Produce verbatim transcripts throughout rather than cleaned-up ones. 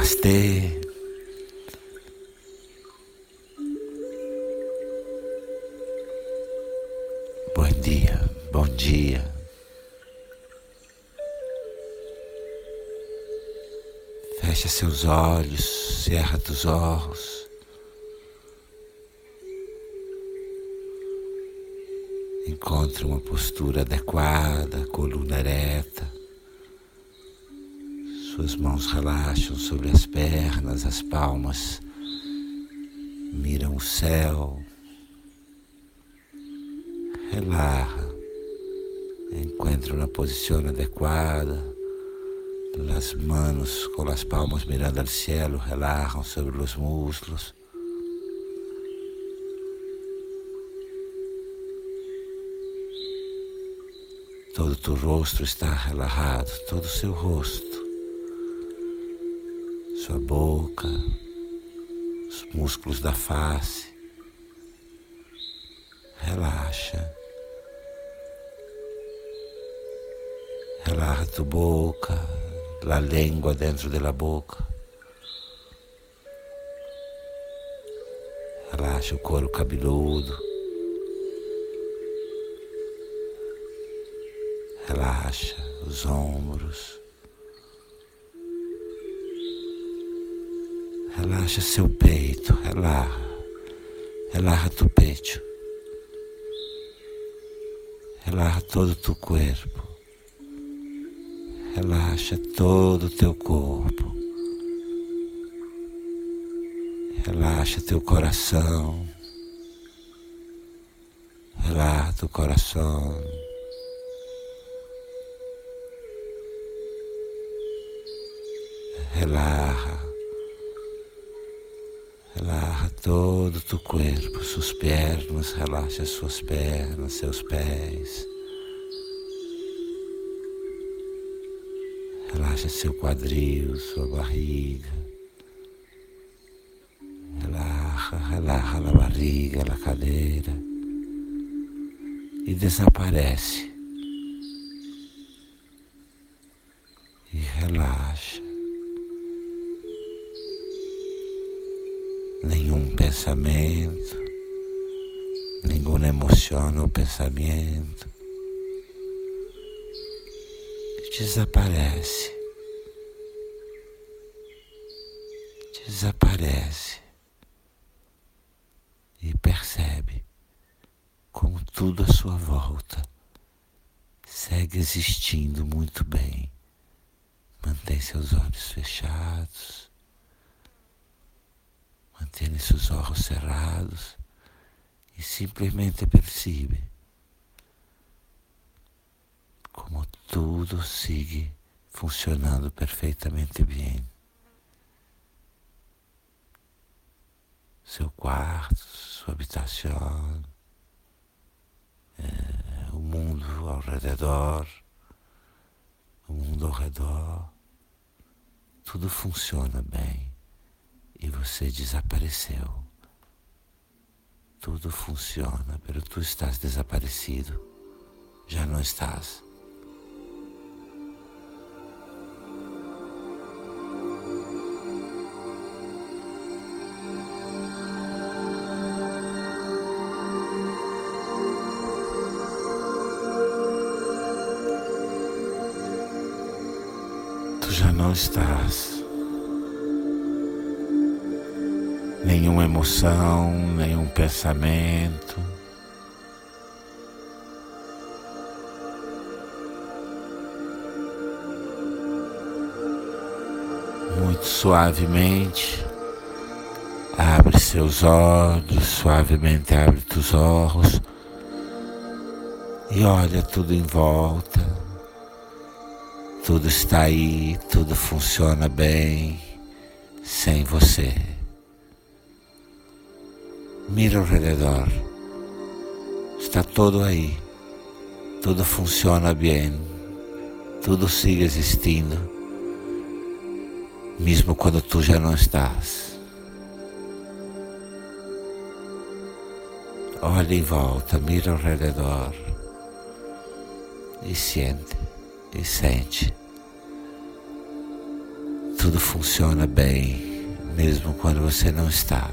Namastê. Bom dia, bom dia. Fecha seus olhos, cerra teus olhos. Encontre uma postura adequada, coluna ereta. Suas mãos relaxam sobre as pernas, as palmas miram o céu. Relaxa, encontre uma posição adequada. As mãos com as palmas mirando ao céu relaxam sobre os músculos. Todo tu rosto está relaxado, todo o seu rosto. Sua boca, os músculos da face. Relaxa. Relaxa tua boca, a língua dentro da boca. Relaxa o couro cabeludo. Relaxa os ombros. Relaxa seu peito, relaxa, relaxa tu peito, relaxa todo o teu corpo, relaxa todo o teu corpo, relaxa teu coração, relaxa teu coração, relaxa. Relaxa todo o teu corpo, suas pernas, relaxa suas pernas, seus pés. Relaxa seu quadril, sua barriga. Relaxa, relaxa a barriga, a cadeira. E desaparece. E relaxa. Nenhum pensamento, nenhuma emoção ou pensamento desaparece, desaparece e percebe como tudo à sua volta segue existindo muito bem. Mantém seus olhos fechados. Mantenha seus olhos cerrados e simplesmente percebe como tudo sigue funcionando perfeitamente bem. Seu quarto, sua habitação, é, o mundo ao redor, o mundo ao redor, tudo funciona bem. E você desapareceu. Tudo funciona, mas tu estás desaparecido. Já não estás. Tu já não estás. Nenhuma emoção, nenhum pensamento. Muito suavemente, abre seus olhos, suavemente abre teus olhos e olha tudo em volta. Tudo está aí, tudo funciona bem, sem você. Mira ao redor, está tudo aí, tudo funciona bem, tudo sigue existindo, mesmo quando tu já não estás. Olha em volta, mira ao redor e sente, e sente. tudo funciona bem, mesmo quando você não está.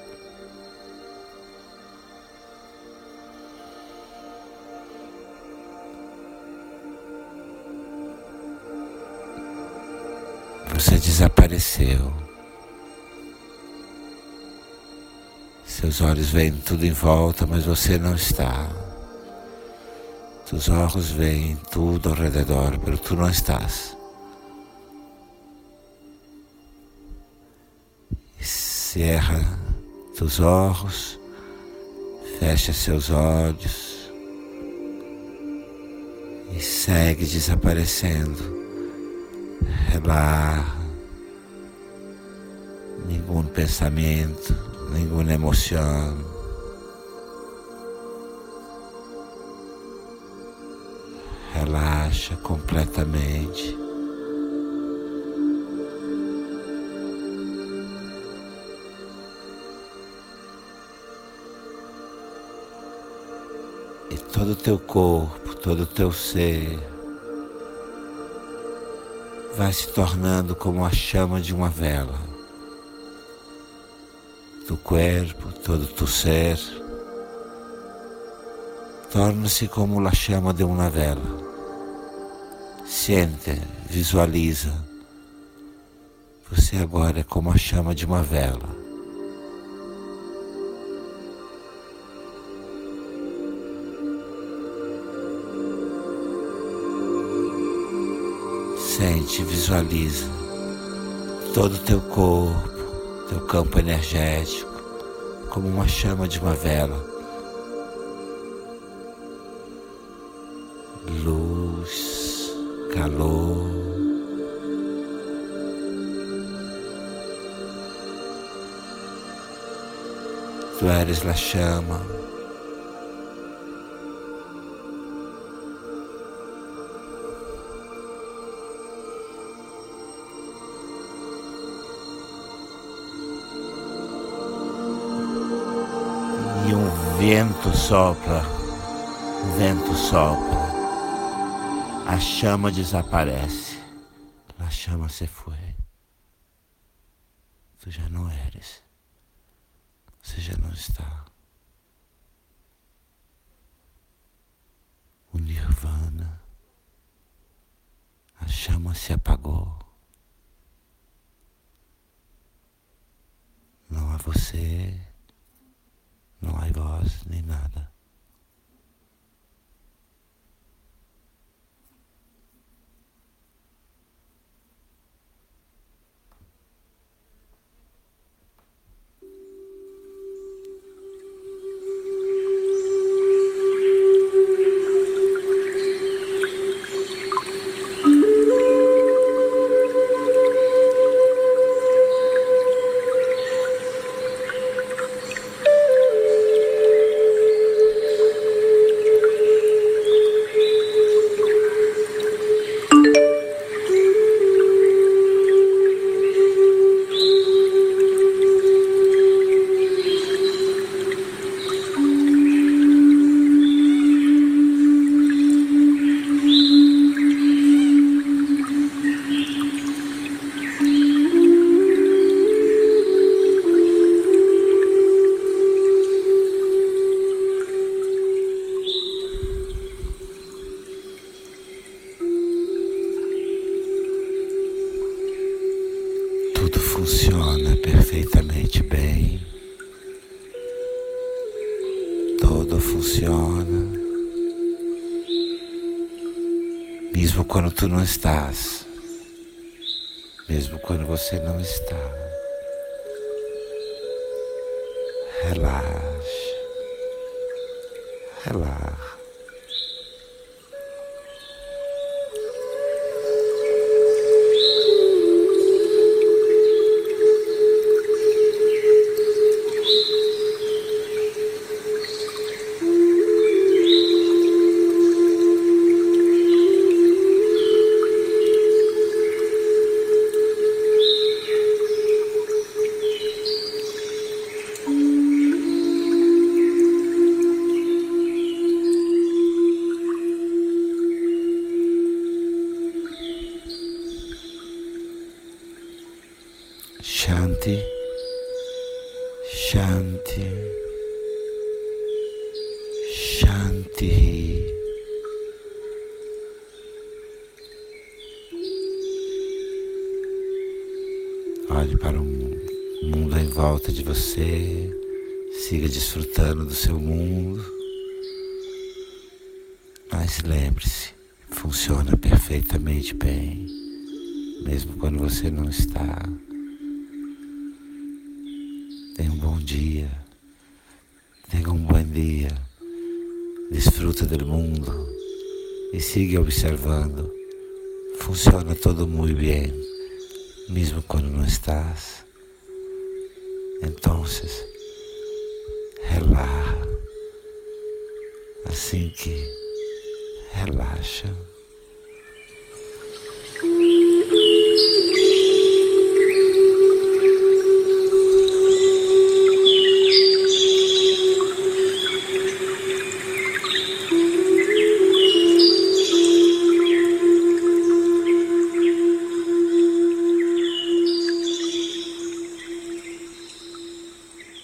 Você desapareceu. Seus olhos veem tudo em volta, mas você não está. Seus olhos veem tudo ao redor, mas tu não estás. Cerra seus olhos, fecha seus olhos e segue desaparecendo. Relaxa, nenhum pensamento, nenhuma emoção. Relaxa completamente. E todo o teu corpo, todo o teu ser vai se tornando como a chama de uma vela. Tu corpo, todo tu ser torna-se como a chama de uma vela. Sente, visualiza. Você agora é como a chama de uma vela. Sente, visualiza todo o teu corpo, teu campo energético, como uma chama de uma vela. Luz, calor. Tu eres a chama. E um vento sopra, um vento sopra, a chama desaparece, a chama se foi. Tu já não eres, você já não está. O Nirvana, a chama se apagou. Não há você. Não há voz nem nada. Tudo funciona perfeitamente bem. Tudo funciona. Mesmo quando tu não estás. Mesmo quando você não está. Relaxa. Relaxa. Shanti, Shanti. Olhe para o mundo em volta de você, siga desfrutando do seu mundo, mas lembre-se, funciona perfeitamente bem, mesmo quando você não está. Tenha um bom dia, tenha um bom dia, desfruta do mundo e siga observando. Funciona todo muito bem, mesmo quando não estás. Então, relaxa, assim que relaxa.